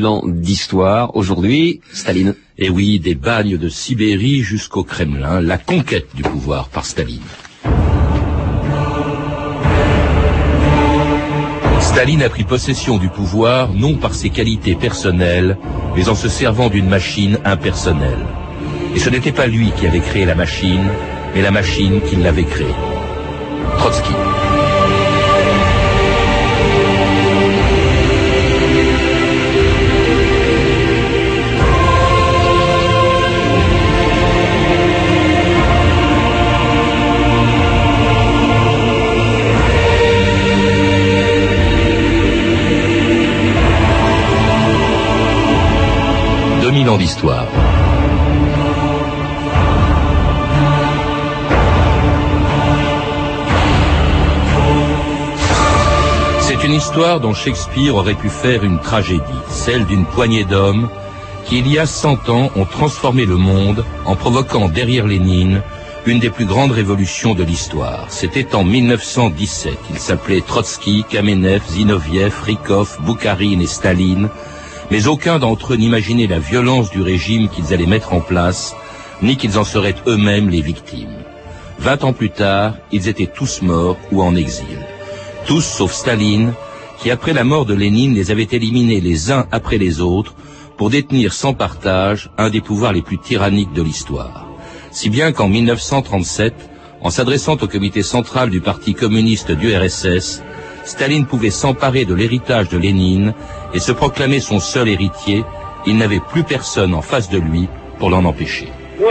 2000 ans d'histoire. Aujourd'hui, Staline. Et oui, des bagnes de Sibérie jusqu'au Kremlin, la conquête du pouvoir par Staline. Staline a pris possession du pouvoir non par ses qualités personnelles, mais en se servant d'une machine impersonnelle. Et ce n'était pas lui qui avait créé la machine, mais la machine qui l'avait créée. Trotsky. Ans d'histoire. C'est une histoire dont Shakespeare aurait pu faire une tragédie, celle d'une poignée d'hommes qui, il y a 100 ans, ont transformé le monde en provoquant derrière Lénine une des plus grandes révolutions de l'histoire. C'était en 1917. Ils s'appelaient Trotsky, Kamenev, Zinoviev, Rykov, Boukharine et Staline. Mais aucun d'entre eux n'imaginait la violence du régime qu'ils allaient mettre en place, ni qu'ils en seraient eux-mêmes les victimes. 20 ans plus tard, ils étaient tous morts ou en exil. Tous sauf Staline, qui après la mort de Lénine les avait éliminés les uns après les autres pour détenir sans partage un des pouvoirs les plus tyranniques de l'histoire. Si bien qu'en 1937, en s'adressant au comité central du Parti communiste du RSS, Staline pouvait s'emparer de l'héritage de Lénine et se proclamer son seul héritier. Il n'avait plus personne en face de lui pour l'en empêcher.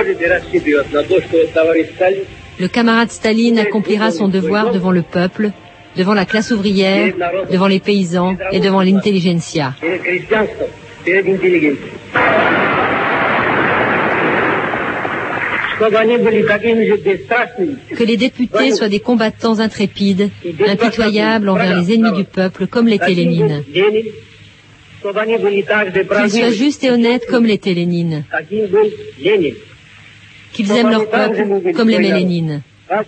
Le camarade Staline accomplira son devoir devant le peuple, devant la classe ouvrière, devant les paysans et devant l'intelligentsia. Que les députés soient des combattants intrépides, impitoyables envers les ennemis du peuple, comme l'était Lénine. Qu'ils soient justes et honnêtes, comme l'était Lénine. Qu'ils aiment leur peuple, comme l'aimait Lénine.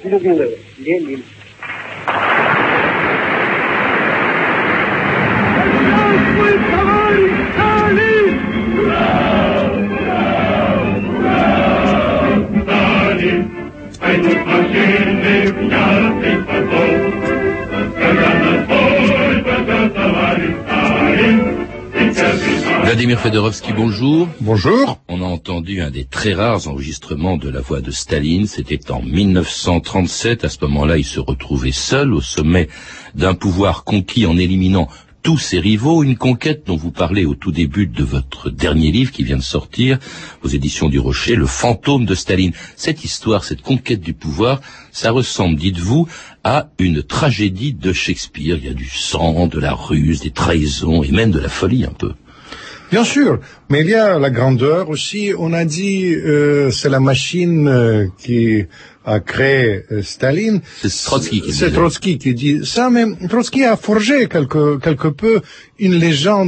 Vladimir Fedorovski, bonjour. Bonjour. On a entendu un des très rares enregistrements de la voix de Staline. C'était en 1937. À ce moment-là, il se retrouvait seul au sommet d'un pouvoir conquis en éliminant tous ses rivaux, une conquête dont vous parlez au tout début de votre dernier livre qui vient de sortir aux éditions du Rocher, Le fantôme de Staline. Cette histoire, cette conquête du pouvoir, ça ressemble, dites-vous, à une tragédie de Shakespeare. Il y a du sang, de la ruse, des trahisons et même de la folie un peu. Bien sûr, mais il y a la grandeur aussi. On a dit c'est la machine qui a créé Staline. C'est Trotsky qui dit. C'est Trotsky qui dit ça, mais Trotsky a forgé quelque peu une légende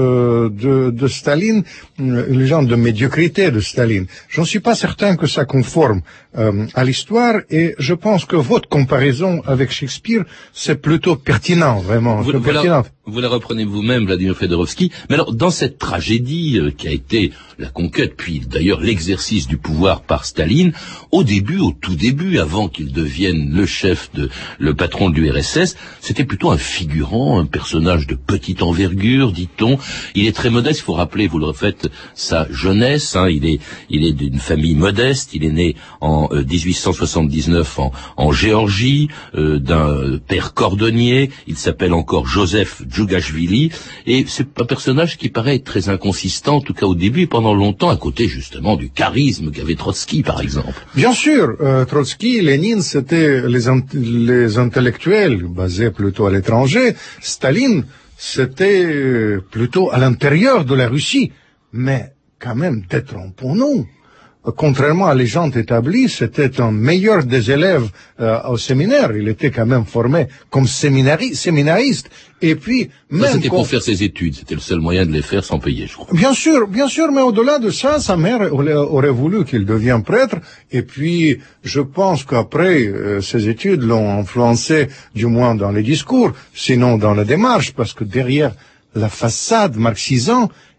de Staline, une légende de médiocrité de Staline. J'en suis pas certain que ça conforme à l'histoire, et je pense que votre comparaison avec Shakespeare, c'est plutôt pertinent, vraiment. Vous la reprenez vous-même, Vladimir Fedorovski. Mais alors, dans cette tragédie qui a été la conquête, puis d'ailleurs l'exercice du pouvoir par Staline, au tout début, avant qu'il devienne le patron de l'URSS, c'était plutôt un figurant, un personnage de petite envergure, dit-on. Il est très modeste, il faut rappeler, vous le refaites, sa jeunesse, il est d'une famille modeste, il est né en 1879 en Géorgie, d'un père cordonnier, il s'appelle encore Joseph Djougashvili, et c'est un personnage qui paraît être très inconsistant, en tout cas au début, pendant longtemps, à côté justement du charisme qu'avait Trotsky, par exemple. Bien sûr, Trotsky, Lénine, c'était les intellectuels basés plutôt à l'étranger. Staline, c'était plutôt à l'intérieur de la Russie. Mais quand même, détrompons-nous. Contrairement à les gens établis, c'était un meilleur des élèves au séminaire. Il était quand même formé comme séminariste. Et puis, même c'était pour faire ses études. C'était le seul moyen de les faire sans payer, je crois. Bien sûr, mais au-delà de ça, sa mère aurait voulu qu'il devienne prêtre. Et puis, je pense qu'après, ses études l'ont influencé, du moins dans les discours, sinon dans la démarche, parce que derrière la façade marxisante,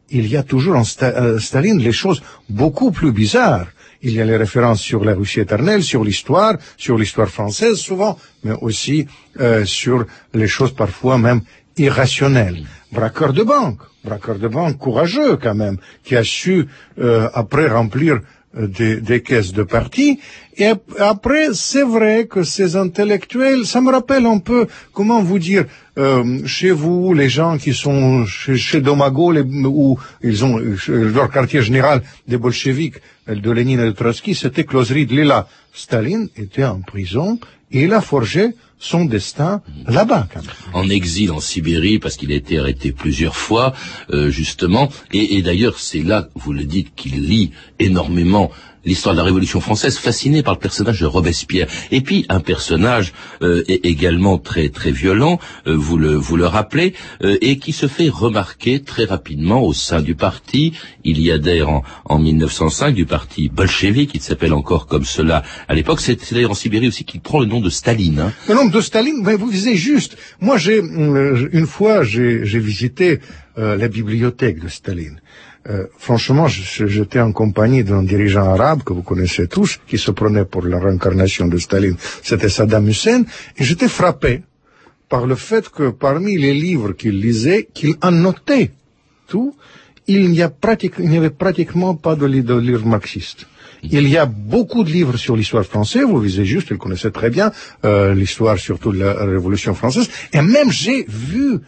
il y a toujours en Staline les choses beaucoup plus bizarres. Il y a les références sur la Russie éternelle, sur l'histoire française souvent, mais aussi sur les choses parfois même irrationnelles. Braqueur de banque courageux quand même, qui a su après remplir des caisses de parti. Et après, c'est vrai que ces intellectuels, ça me rappelle un peu, comment vous dire, chez vous, les gens qui sont chez Domago, où ils ont leur quartier général des bolcheviks, de Lénine et de Trotsky, c'était closerie de Lila. Staline était en prison et il a forgé son destin là-bas, quand même. En exil en Sibérie, parce qu'il a été arrêté plusieurs fois, justement, et d'ailleurs c'est là, vous le dites, qu'il lit énormément l'histoire de la Révolution française, fasciné par le personnage de Robespierre. Et puis un personnage également très très violent, vous le rappelez, et qui se fait remarquer très rapidement au sein du parti. Il y adhère en 1905 du parti bolchevique, il s'appelle encore comme cela à l'époque. C'est d'ailleurs en Sibérie aussi qu'il prend le nom de Staline. Hein. Le nom de Staline, ben, vous disiez juste. Moi, une fois, j'ai visité la bibliothèque de Staline. Franchement, j'étais en compagnie d'un dirigeant arabe que vous connaissez tous, qui se prenait pour la réincarnation de Staline. C'était Saddam Hussein, et j'étais frappé par le fait que parmi les livres qu'il lisait, qu'il annotait tout, il n'y avait pratiquement pas de livre marxiste. Il y a beaucoup de livres sur l'histoire française, vous visez juste, il connaissait très bien l'histoire surtout de la Révolution française, et même j'ai vu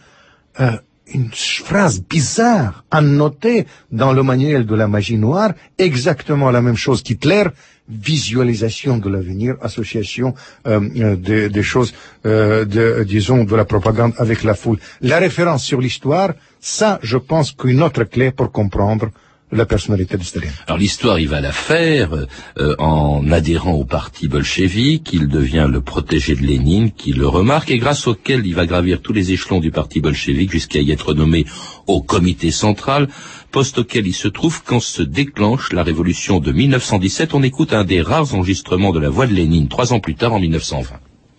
une phrase bizarre annotée dans le manuel de la magie noire, exactement la même chose qu'Hitler, visualisation de l'avenir, association des choses, disons, de la propagande avec la foule. La référence sur l'histoire, ça, je pense qu'une autre clé pour comprendre la personnalité de Staline. Alors l'histoire, il va la faire en adhérant au parti bolchevique. Il devient le protégé de Lénine, qui le remarque, et grâce auquel il va gravir tous les échelons du parti bolchevique jusqu'à y être nommé au comité central, poste auquel il se trouve quand se déclenche la révolution de 1917. On écoute un des rares enregistrements de la voix de Lénine 3 ans plus tard, en 1920.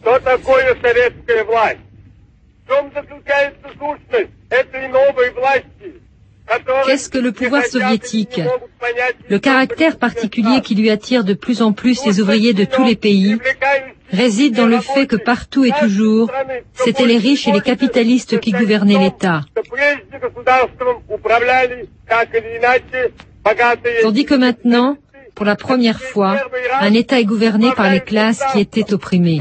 Qu'est-ce que le pouvoir soviétique? Le caractère particulier qui lui attire de plus en plus les ouvriers de tous les pays réside dans le fait que partout et toujours, c'étaient les riches et les capitalistes qui gouvernaient l'État. Tandis que maintenant, pour la première fois, un État est gouverné par les classes qui étaient opprimées.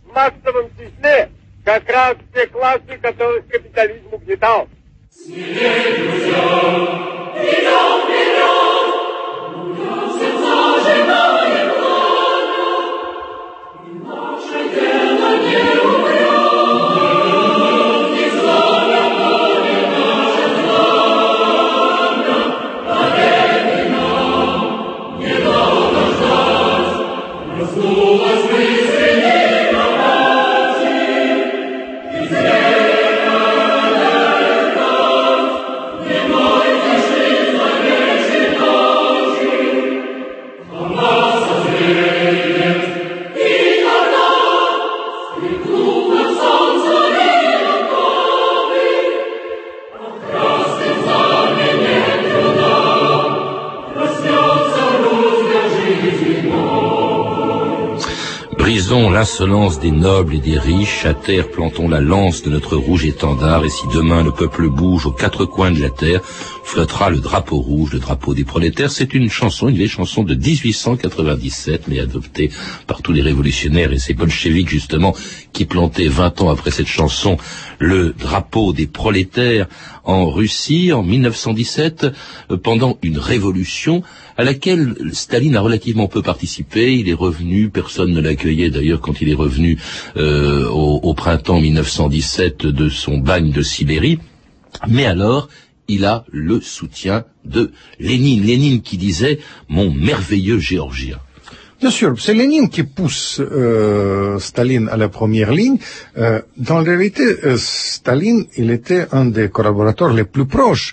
Brisons l'insolence des nobles et des riches, à terre plantons la lance de notre rouge étendard, et si demain le peuple bouge aux quatre coins de la terre, flottera le drapeau rouge, le drapeau des prolétaires. C'est une vieille chanson de 1897, mais adoptée par tous les révolutionnaires et ces bolcheviks justement, qui plantaient 20 ans après cette chanson le drapeau des prolétaires en Russie en 1917, pendant une révolution à laquelle Staline a relativement peu participé. Il est revenu, personne ne l'accueillait d'ailleurs quand il est revenu au printemps 1917 de son bagne de Sibérie. Mais alors, il a le soutien de Lénine. Lénine qui disait « mon merveilleux Géorgien ». Bien sûr, c'est Lénine qui pousse Staline à la première ligne. Dans la réalité, Staline, il était un des collaborateurs les plus proches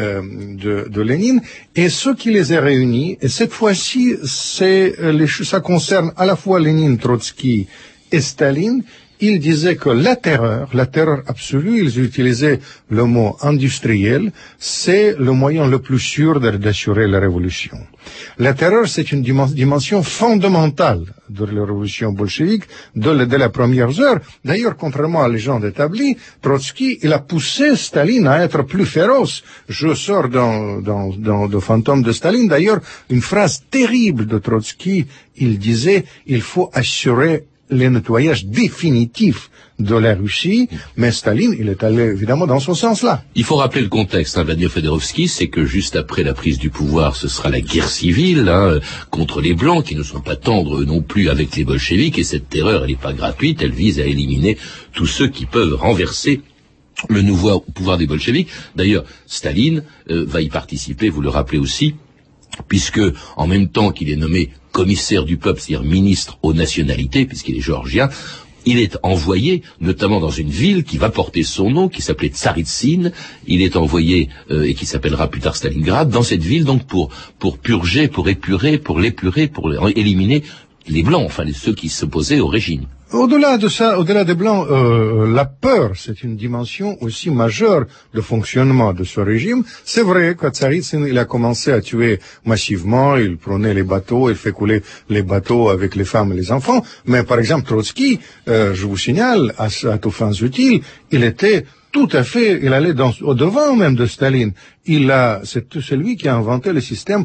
de Lénine, et ce qui les a réunis, et cette fois-ci, ça concerne à la fois Lénine, Trotsky et Staline. il disait que la terreur absolue, ils utilisaient le mot industriel, c'est le moyen le plus sûr d'assurer la révolution. La terreur, c'est une dimension fondamentale de la révolution bolchevique dès les premières heures. D'ailleurs, contrairement à la légende établie, Trotsky, il a poussé Staline à être plus féroce. Je sors dans le fantôme de Staline, d'ailleurs, une phrase terrible de Trotsky. Il disait, il faut assurer le nettoyage définitif de la Russie, mais Staline, il est allé évidemment dans ce sens-là. Il faut rappeler le contexte, Vladimir Fedorovski, c'est que juste après la prise du pouvoir, ce sera la guerre civile contre les Blancs, qui ne sont pas tendres non plus avec les bolcheviks, et cette terreur, elle n'est pas gratuite, elle vise à éliminer tous ceux qui peuvent renverser le nouveau pouvoir des bolcheviks. D'ailleurs, Staline va y participer, vous le rappelez aussi, puisque en même temps qu'il est nommé commissaire du peuple, c'est-à-dire ministre aux nationalités, puisqu'il est géorgien, il est envoyé, notamment dans une ville qui va porter son nom, qui s'appelait Tsaritsyn. Il est envoyé, et qui s'appellera plus tard Stalingrad, dans cette ville, donc pour purger, pour épurer, pour éliminer les Blancs, enfin ceux qui s'opposaient au régime. Au-delà de ça, au-delà des Blancs, la peur, c'est une dimension aussi majeure de fonctionnement de ce régime. C'est vrai que Tsaritsyn, il a commencé à tuer massivement, il prenait les bateaux, il fait couler les bateaux avec les femmes et les enfants. Mais par exemple, Trotsky, je vous signale, à toutes fins utiles, il était tout à fait, il allait au devant même de Staline. C'est lui qui a inventé le système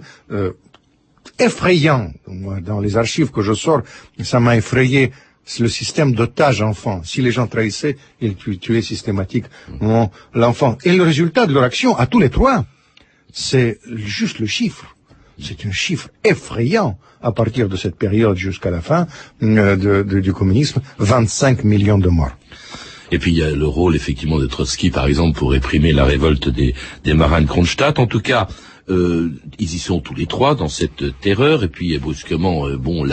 effrayant. Dans les archives que je sors, ça m'a effrayé. C'est le système d'otage enfant. Si les gens trahissaient, ils tuaient systématiquement l'enfant. Et le résultat de leur action, à tous les trois, c'est juste le chiffre. C'est un chiffre effrayant à partir de cette période jusqu'à la fin du communisme, 25 millions de morts. Et puis il y a le rôle effectivement de Trotsky, par exemple, pour réprimer la révolte des marins de Kronstadt. En tout cas, ils y sont tous les trois dans cette terreur, et puis brusquement,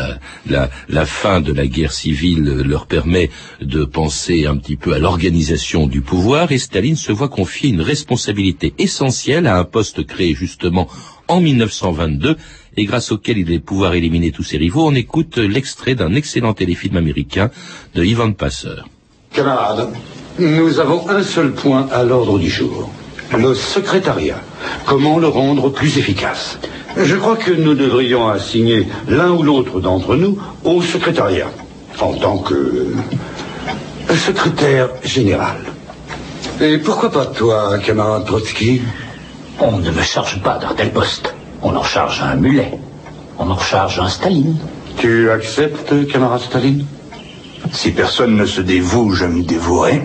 la fin de la guerre civile leur permet de penser un petit peu à l'organisation du pouvoir, et Staline se voit confier une responsabilité essentielle à un poste créé justement en 1922, et grâce auquel il va pouvoir éliminer tous ses rivaux. On écoute l'extrait d'un excellent téléfilm américain de Ivan Passer. Camarades, nous avons un seul point à l'ordre du jour. Le secrétariat. Comment le rendre plus efficace? Je crois que nous devrions assigner l'un ou l'autre d'entre nous au secrétariat, en tant que secrétaire général. Et pourquoi pas toi, camarade Trotsky? On ne me charge pas d'un tel poste. On en charge un mulet. On en charge un Staline. Tu acceptes, camarade Staline? Si personne ne se dévoue, je me dévouerai.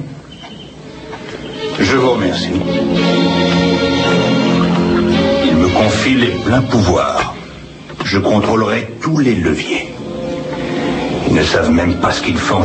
Je vous remercie. Il me confie les pleins pouvoirs. Je contrôlerai tous les leviers. Ils ne savent même pas ce qu'ils font.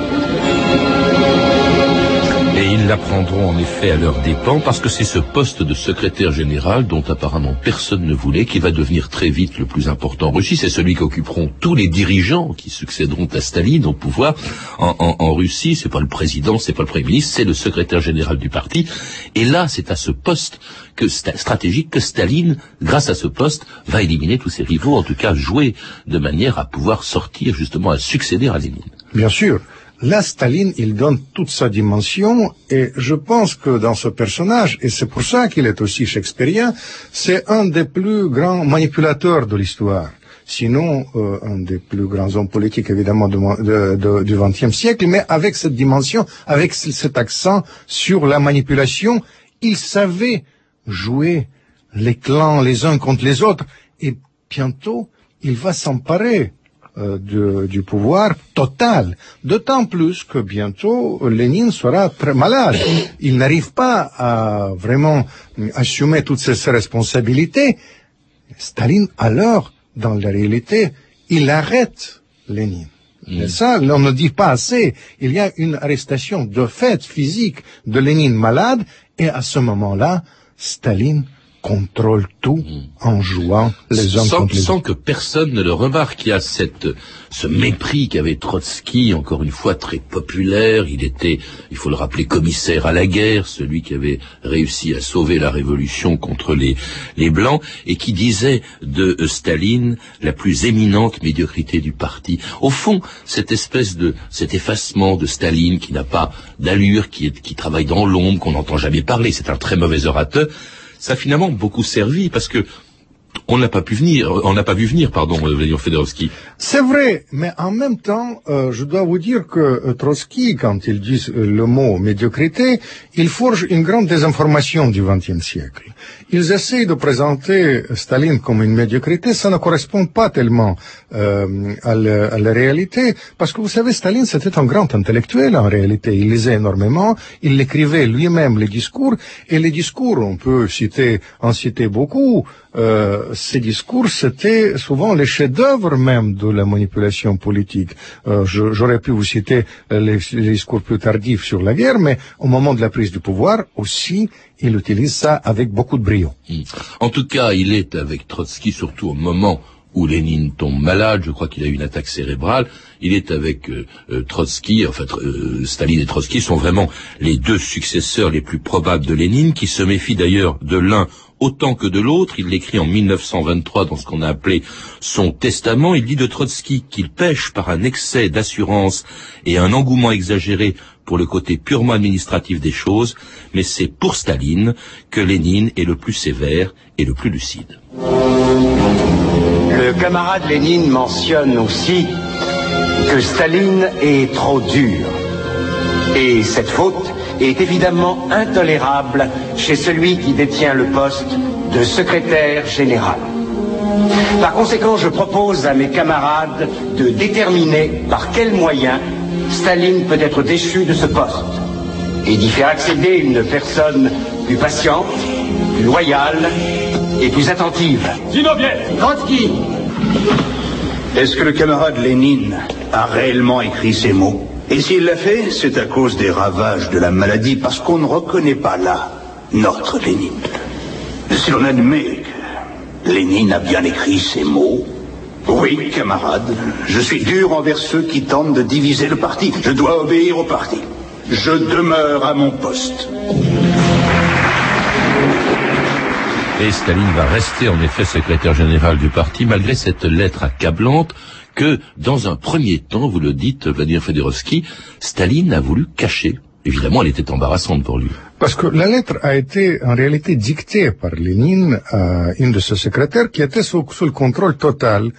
Et ils l'apprendront en effet à leurs dépens, parce que c'est ce poste de secrétaire général, dont apparemment personne ne voulait, qui va devenir très vite le plus important en Russie. C'est celui qu'occuperont tous les dirigeants qui succéderont à Staline au pouvoir en Russie. C'est pas le président, c'est pas le premier ministre, c'est le secrétaire général du parti. Et là, c'est à ce poste stratégique que Staline, grâce à ce poste, va éliminer tous ses rivaux, en tout cas jouer de manière à pouvoir sortir justement, à succéder à Lénine. Bien sûr. Là, Staline, il donne toute sa dimension, et je pense que dans ce personnage, et c'est pour ça qu'il est aussi shakespearien, c'est un des plus grands manipulateurs de l'histoire. Sinon, un des plus grands hommes politiques, évidemment, du XXe siècle, mais avec cette dimension, avec cet accent sur la manipulation, il savait jouer les clans les uns contre les autres, et bientôt, il va s'emparer du pouvoir total. D'autant plus que bientôt, Lénine sera très malade. Il n'arrive pas à vraiment assumer toutes ses responsabilités. Staline, alors, dans la réalité, il arrête Lénine. Et ça, on ne dit pas assez. Il y a une arrestation de fait physique de Lénine malade, et à ce moment-là, Staline contrôle tout en jouant les uns contre les autres. Sans que personne ne le remarque. Il y a ce mépris qu'avait Trotsky, encore une fois très populaire. Il était, il faut le rappeler, commissaire à la guerre, celui qui avait réussi à sauver la révolution contre les Blancs, et qui disait de Staline la plus éminente médiocrité du parti. Au fond, cet effacement de Staline qui n'a pas d'allure, qui travaille dans l'ombre, qu'on n'entend jamais parler, c'est un très mauvais orateur, ça a finalement beaucoup servi, parce que on n'a pas vu venir, Vladimir Fedorovski. C'est vrai, mais en même temps, je dois vous dire que Trotsky, quand il dit le mot médiocrité, il forge une grande désinformation du XXe siècle. Ils essayent de présenter Staline comme une médiocrité, ça ne correspond pas tellement à la réalité, parce que vous savez, Staline c'était un grand intellectuel en réalité. Il lisait énormément, il écrivait lui-même les discours, et les discours, on peut en citer beaucoup. Ces discours, c'était souvent les chefs-d'œuvre même de la manipulation politique. J'aurais pu vous citer les discours plus tardifs sur la guerre, mais au moment de la prise du pouvoir aussi, il utilise ça avec beaucoup de brio. En tout cas, il est avec Trotsky, surtout au moment où Lénine tombe malade, je crois qu'il a eu une attaque cérébrale, il est avec Trotsky, Staline et Trotsky sont vraiment les deux successeurs les plus probables de Lénine, qui se méfient d'ailleurs de l'un autant que de l'autre. Il l'écrit en 1923 dans ce qu'on a appelé son testament. Il dit de Trotsky qu'il pêche par un excès d'assurance et un engouement exagéré pour le côté purement administratif des choses, mais c'est pour Staline que Lénine est le plus sévère et le plus lucide. Le camarade Lénine mentionne aussi que Staline est trop dur. Et cette faute est évidemment intolérable chez celui qui détient le poste de secrétaire général. Par conséquent, je propose à mes camarades de déterminer par quels moyens Staline peut être déchu de ce poste et d'y faire accéder une personne plus patiente, plus loyale et plus attentive. Trotsky. Est-ce que le camarade Lénine a réellement écrit ces mots? Et s'il l'a fait, c'est à cause des ravages de la maladie, parce qu'on ne reconnaît pas là notre Lénine. Si l'on admet que Lénine a bien écrit ces mots, oui, camarade, je suis dur envers ceux qui tentent de diviser le parti. Je dois obéir au parti. Je demeure à mon poste. Et Staline va rester en effet secrétaire général du parti, malgré cette lettre accablante que, dans un premier temps, vous le dites, Vladimir Fedorovski, Staline a voulu cacher. Évidemment, elle était embarrassante pour lui. Parce que la lettre a été en réalité dictée par Lénine à une de ses secrétaires qui était sous le contrôle total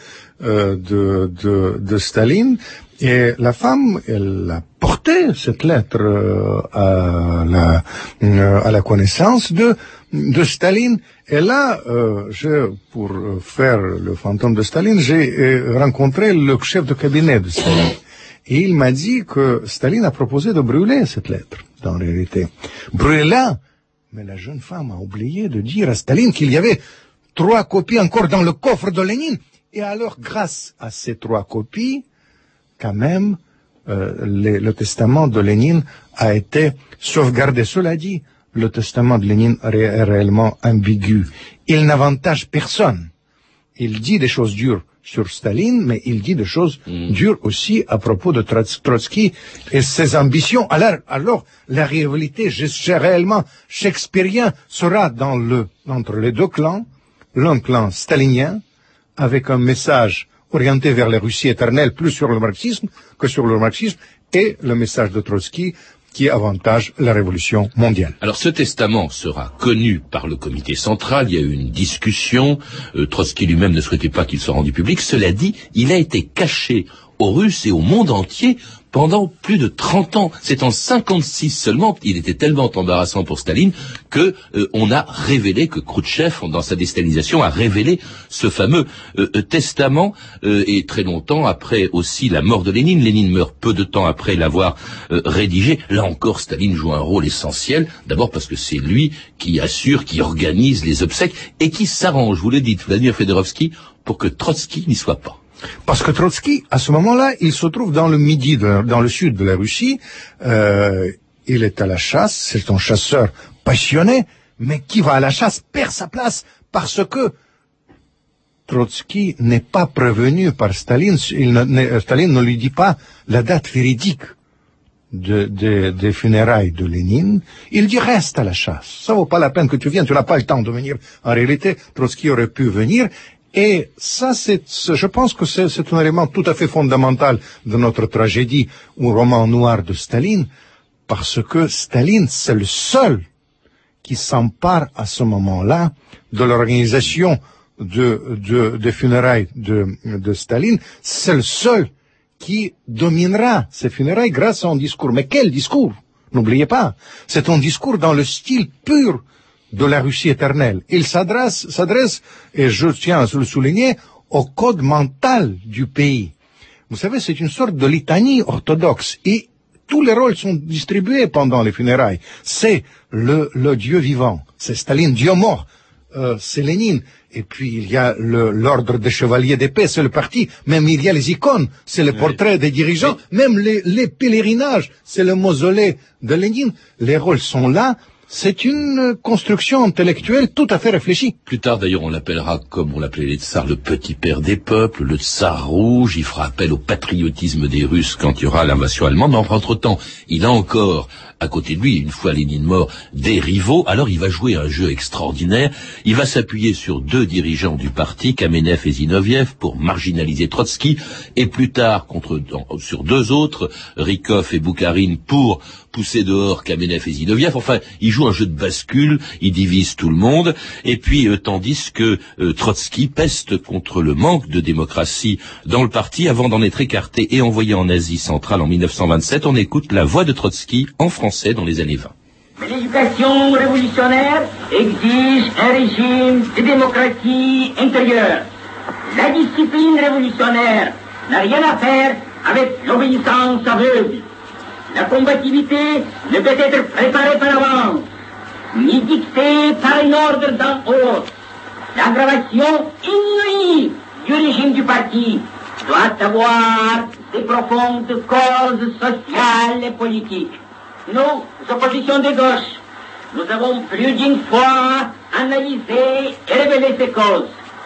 de Staline. Et la femme, elle a porté cette lettre à la connaissance de Staline. Et là, pour faire le fantôme de Staline, j'ai rencontré le chef de cabinet de Staline. Et il m'a dit que Staline a proposé de brûler cette lettre, en réalité. Brûler-la. Mais la jeune femme a oublié de dire à Staline qu'il y avait 3 copies encore dans le coffre de Lénine. Et alors, grâce à ces 3 copies, quand même, le testament de Lénine a été sauvegardé. Cela dit, le testament de Lénine est réellement ambigu. Il n'avantage personne. Il dit des choses dures sur Staline, mais il dit des choses dures aussi à propos de Trotsky et ses ambitions. Alors la rivalité réellement shakespearienne sera entre les deux clans, l'un clan stalinien, avec un message orienté vers la Russie éternelle, plus sur le marxisme que sur le marxisme, et le message de Trotsky qui avantage la révolution mondiale. Alors ce testament sera connu par le comité central, il y a eu une discussion, Trotsky lui-même ne souhaitait pas qu'il soit rendu public. Cela dit, il a été caché aux Russes et au monde entier pendant plus de 30 ans. C'est en 56 seulement, il était tellement embarrassant pour Staline que on a révélé, que Khrouchtchev, dans sa déstalinisation, a révélé ce fameux testament, et très longtemps après aussi la mort de Lénine. Lénine meurt peu de temps après l'avoir rédigé. Là encore, Staline joue un rôle essentiel, d'abord parce que c'est lui qui assure, qui organise les obsèques et qui s'arrange, vous le dites, Vladimir Fedorovski, pour que Trotsky n'y soit pas. Parce que Trotsky, à ce moment-là, il se trouve dans le midi, dans le sud de la Russie. Il est à la chasse, c'est un chasseur passionné, mais qui va à la chasse perd sa place parce que Trotsky n'est pas prévenu par Staline. Staline ne lui dit pas la date véridique des funérailles de Lénine. Il dit reste à la chasse. Ça vaut pas la peine que tu viennes, tu n'as pas le temps de venir. En réalité, Trotsky aurait pu venir. Et ça, je pense que c'est un élément tout à fait fondamental de notre tragédie ou roman noir de Staline, parce que Staline, c'est le seul qui s'empare à ce moment-là de l'organisation des funérailles de Staline. C'est le seul qui dominera ces funérailles grâce à un discours. Mais quel discours? N'oubliez pas, c'est un discours dans le style pur de la Russie éternelle. Il s'adresse, et je tiens à le souligner, au code mental du pays. Vous savez, c'est une sorte de litanie orthodoxe, et tous les rôles sont distribués pendant les funérailles. C'est le Dieu vivant, c'est Staline, Dieu mort, c'est Lénine, et puis il y a l'ordre des chevaliers d'épée, c'est le parti, même il y a les icônes, c'est le portrait des dirigeants, même les pèlerinages, c'est le mausolée de Lénine. Les rôles sont là. C'est une construction intellectuelle tout à fait réfléchie. Plus tard, d'ailleurs, on l'appellera, comme on l'appelait les tsars, le petit père des peuples, le tsar rouge. Il fera appel au patriotisme des Russes quand il y aura l'invasion allemande. Mais entre-temps, il a encore, à côté de lui, une fois Lénine mort, des rivaux. Alors, il va jouer un jeu extraordinaire. Il va s'appuyer sur deux dirigeants du parti, Kamenev et Zinoviev, pour marginaliser Trotsky. Et plus tard, sur deux autres, Rykov et Boukharine, pour pousser dehors Kamenev et Zinoviev. Enfin, il joue un jeu de bascule, il divise tout le monde, et puis tandis que Trotsky peste contre le manque de démocratie dans le parti avant d'en être écarté et envoyé en Asie centrale en 1927. On écoute la voix de Trotsky en français dans les années 20. L'éducation révolutionnaire exige un régime de démocratie intérieure. La discipline révolutionnaire n'a rien à faire avec l'obéissance aveugle. La combativité ne peut être préparée par avance, ni dictée par un ordre d'en haut. L'aggravation inouïe du régime du parti doit avoir des profondes causes sociales et politiques. Nous, oppositions de gauche, nous avons plus d'une fois analysé et révélé ces causes.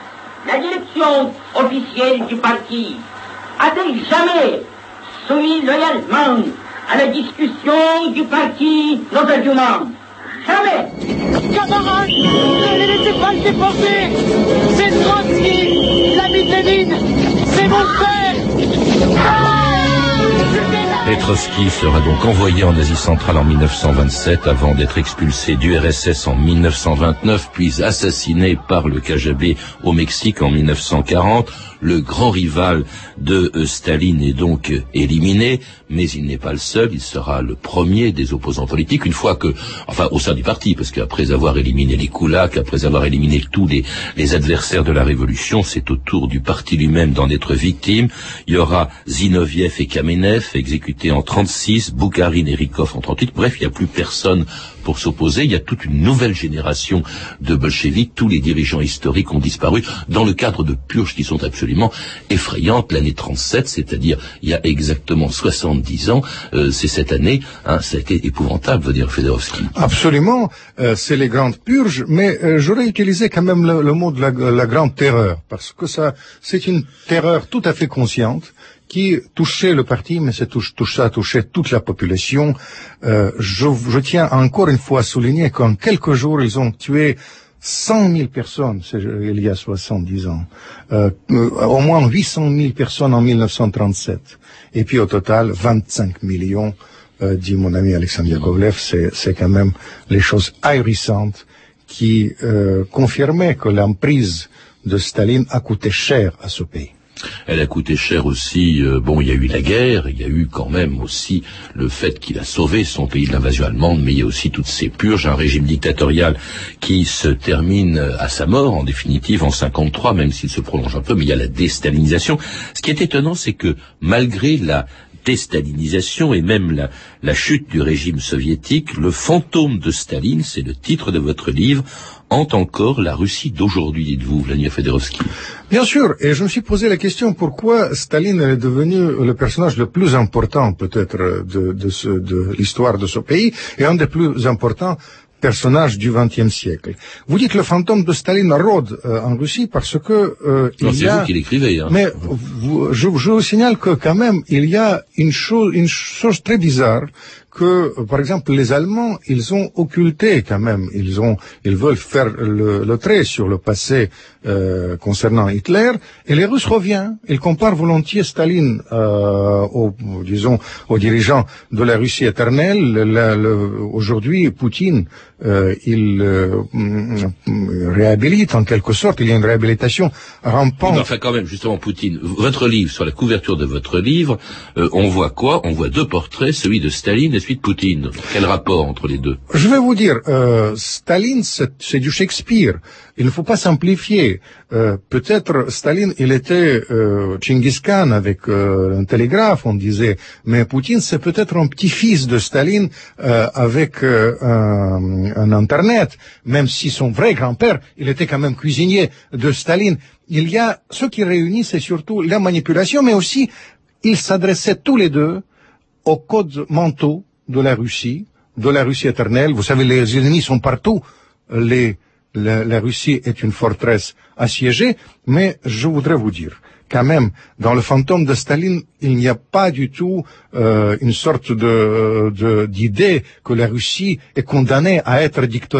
La direction officielle du parti a-t-elle jamais soumis loyalement à la discussion du parti nos arguments? Jamais. Camarades, ne les laissez pas se déporter. C'est Trotsky, l'ami de Lénine. C'est mon frère. Et Trotsky sera donc envoyé en Asie centrale en 1927 avant d'être expulsé du RSS en 1929, puis assassiné par le KGB au Mexique en 1940. Le grand rival de Staline est donc éliminé, mais il n'est pas le seul, il sera le premier des opposants politiques, une fois que, enfin au sein du parti, parce qu'après avoir éliminé les koulaks, après avoir éliminé tous les adversaires de la révolution, c'est au tour du parti lui-même d'en être victime. Il y aura Zinoviev et Kamenev exécutés en 36, Boukharine et Rykov en 38, bref, il n'y a plus personne pour s'opposer. Il y a toute une nouvelle génération de bolcheviks. Tous les dirigeants historiques ont disparu dans le cadre de purges qui sont absolument effrayantes. L'année 37, c'est-à-dire il y a exactement 70 ans, c'est cette année, ça a été épouvantable, veut dire Fedorovski. Absolument, c'est les grandes purges, mais j'aurais utilisé quand même le mot de la grande terreur, parce que ça, c'est une terreur tout à fait consciente, qui touchait le parti, mais ça touchait toute la population. Je tiens encore une fois à souligner qu'en quelques jours, ils ont tué 100 000 personnes, il y a 70 ans. Au moins 800 000 personnes en 1937. Et puis au total, 25 millions, dit mon ami Alexandre Yakovlev. C'est quand même les choses ahurissantes qui confirmaient que l'emprise de Staline a coûté cher à ce pays. Elle a coûté cher aussi, il y a eu la guerre, il y a eu quand même aussi le fait qu'il a sauvé son pays de l'invasion allemande, mais il y a aussi toutes ces purges, un régime dictatorial qui se termine à sa mort, en définitive, en 53, même s'il se prolonge un peu, mais il y a la déstalinisation. Ce qui est étonnant, c'est que malgré la déstalinisation et même la chute du régime soviétique, le fantôme de Staline, c'est le titre de votre livre, hante encore la Russie d'aujourd'hui, dites-vous, Vladimir Fedorovski. Bien sûr, et je me suis posé la question pourquoi Staline est devenu le personnage le plus important peut-être de l'histoire de ce pays, et un des plus importants personnage du XXe siècle. Vous dites le fantôme de Staline rôde en Russie parce que c'est vous qui l'écrivez. Hein. Mais je vous signale que quand même il y a une chose très bizarre que, par exemple, les Allemands, ils ont occulté quand même, ils veulent faire le trait sur le passé concernant Hitler, et les Russes reviennent. Ils comparent volontiers Staline aux dirigeants de la Russie éternelle. Aujourd'hui, Poutine, il réhabilite en quelque sorte. Il y a une réhabilitation rampante. Enfin, quand même, justement, Poutine. Votre livre, sur la couverture de votre livre, on voit quoi? On voit deux portraits, celui de Staline et celui de Poutine. Quel rapport entre les deux? Je vais vous dire, Staline, c'est du Shakespeare. Il ne faut pas simplifier. Peut-être Staline, il était Tchingiz Khan avec un télégraphe, on disait. Mais Poutine, c'est peut-être un petit-fils de Staline avec un Internet. Même si son vrai grand-père, il était quand même cuisinier de Staline. Il y a ce qui réunit, c'est surtout la manipulation, mais aussi ils s'adressaient tous les deux aux codes mentaux de la Russie éternelle. Vous savez, les ennemis sont partout. La Russie est une forteresse assiégée, mais je voudrais vous dire, quand même, dans le fantôme de Staline, il n'y a pas du tout une sorte d'idée que la Russie est condamnée à être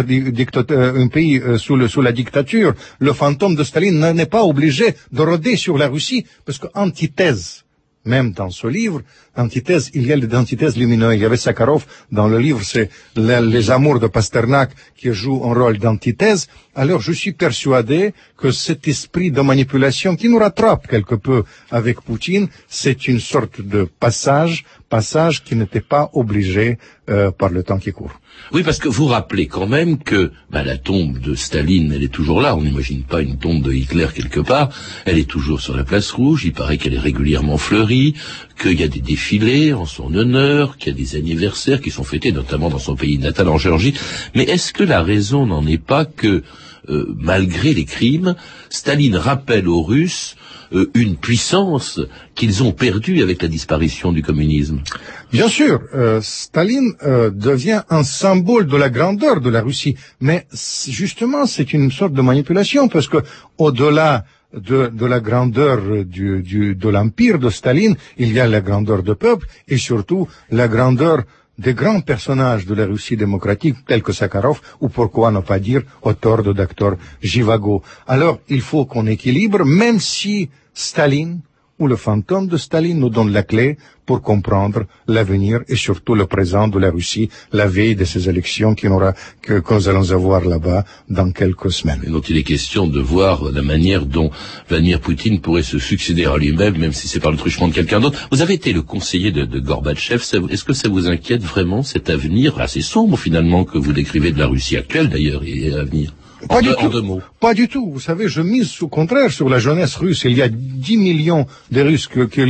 un pays sous la dictature. Le fantôme de Staline n'est pas obligé de rôder sur la Russie, parce que antithèse, même dans ce livre, antithèse, il y a l'antithèse lumineuse. Il y avait Sakharov dans le livre, c'est les amours de Pasternak qui jouent un rôle d'antithèse. Alors je suis persuadé que cet esprit de manipulation qui nous rattrape quelque peu avec Poutine, c'est une sorte de passage qui n'était pas obligé par le temps qui court. Oui, parce que vous rappelez quand même que la tombe de Staline, elle est toujours là. On n'imagine pas une tombe de Hitler quelque part. Elle est toujours sur la place rouge. Il paraît qu'elle est régulièrement fleurie, qu'il y a des défilés en son honneur, qu'il y a des anniversaires qui sont fêtés, notamment dans son pays natal en Géorgie. Mais est-ce que la raison n'en est pas que, malgré les crimes, Staline rappelle aux Russes une puissance qu'ils ont perdue avec la disparition du communisme? Bien sûr, Staline devient un symbole de la grandeur de la Russie, mais justement c'est une sorte de manipulation, parce que au-delà de la grandeur de l'empire de Staline, il y a la grandeur du peuple et surtout la grandeur des grands personnages de la Russie démocratique, tels que Sakharov, ou pourquoi ne pas dire auteur de Dr. Zhivago. Alors, il faut qu'on équilibre, même si Staline, ou le fantôme de Staline, nous donne la clé pour comprendre l'avenir et surtout le présent de la Russie, la veille de ces élections que nous allons avoir là-bas dans quelques semaines. Et donc il est question de voir la manière dont Vladimir Poutine pourrait se succéder à lui-même, même si c'est par le truchement de quelqu'un d'autre. Vous avez été le conseiller de Gorbatchev. Est-ce que ça vous inquiète vraiment, cet avenir assez sombre finalement que vous décrivez de la Russie actuelle d'ailleurs et à l'avenir? Pas du tout. Vous savez, je mise au contraire sur la jeunesse russe. Il y a 10 millions de Russes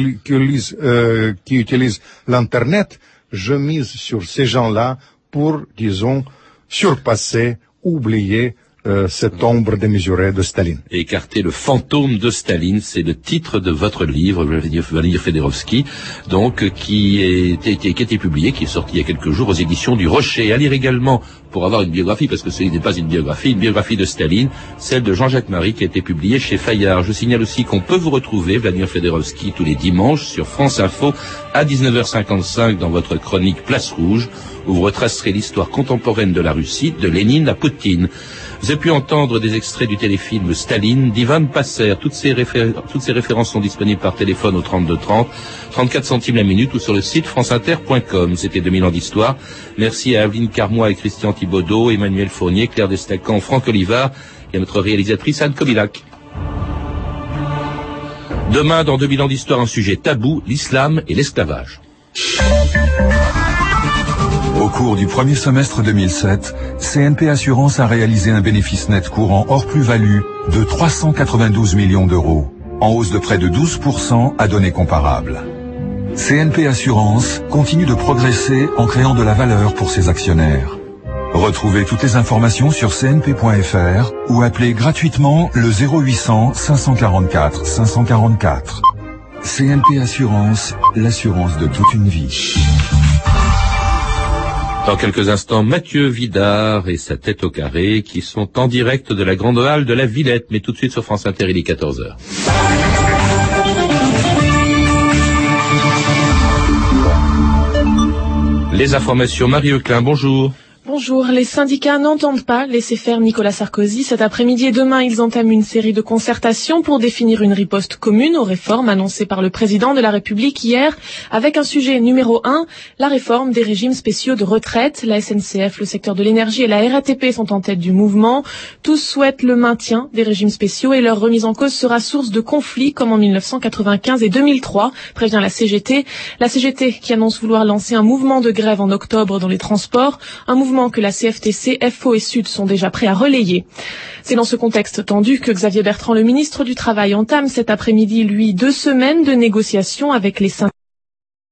qui utilisent l'Internet. Je mise sur ces gens-là pour, disons, surpasser, oublier cette ombre démesurée de Staline. Écarter le fantôme de Staline, c'est le titre de votre livre, Vladimir Fedorovski, donc qui a été publié, qui est sorti il y a quelques jours aux éditions du Rocher. À lire également, pour avoir une biographie, parce que ce n'est pas une biographie de Staline, celle de Jean-Jacques Marie, qui a été publiée chez Fayard. Je signale aussi qu'on peut vous retrouver, Vladimir Fedorovski, tous les dimanches sur France Info à 19h55 dans votre chronique Place Rouge, où vous retracerez l'histoire contemporaine de la Russie, de Lénine à Poutine. Vous avez pu entendre des extraits du téléfilm Staline d'Ivan Passer. Toutes ces références sont disponibles par téléphone au 3230, 34 centimes la minute ou sur le site franceinter.com. C'était 2000 ans d'histoire. Merci à Aveline Carmois et Christian Thibaudeau, Emmanuel Fournier, Claire Destacan, Franck Olivard et à notre réalisatrice Anne Kobilac. Demain, dans 2000 ans d'histoire, un sujet tabou, l'islam et l'esclavage. Au cours du premier semestre 2007, CNP Assurance a réalisé un bénéfice net courant hors plus-value de 392 millions d'euros, en hausse de près de 12% à données comparables. CNP Assurance continue de progresser en créant de la valeur pour ses actionnaires. Retrouvez toutes les informations sur cnp.fr ou appelez gratuitement le 0800 544 544. CNP Assurance, l'assurance de toute une vie. Dans quelques instants, Mathieu Vidard et sa tête au carré qui sont en direct de la grande halle de la Villette, mais tout de suite sur France Inter, il est 14h. Les informations, Marie Euclin, bonjour. Bonjour, les syndicats n'entendent pas laisser faire Nicolas Sarkozy. Cet après-midi et demain, ils entament une série de concertations pour définir une riposte commune aux réformes annoncées par le président de la République hier, avec un sujet numéro 1, la réforme des régimes spéciaux de retraite. La SNCF, le secteur de l'énergie et la RATP sont en tête du mouvement. Tous souhaitent le maintien des régimes spéciaux et leur remise en cause sera source de conflits comme en 1995 et 2003, prévient la CGT. La CGT qui annonce vouloir lancer un mouvement de grève en octobre dans les transports, un mouvement que la CFTC, FO et Sud sont déjà prêts à relayer. C'est dans ce contexte tendu que Xavier Bertrand, le ministre du Travail, entame cet après-midi, lui, 2 semaines de négociations avec les syndicats.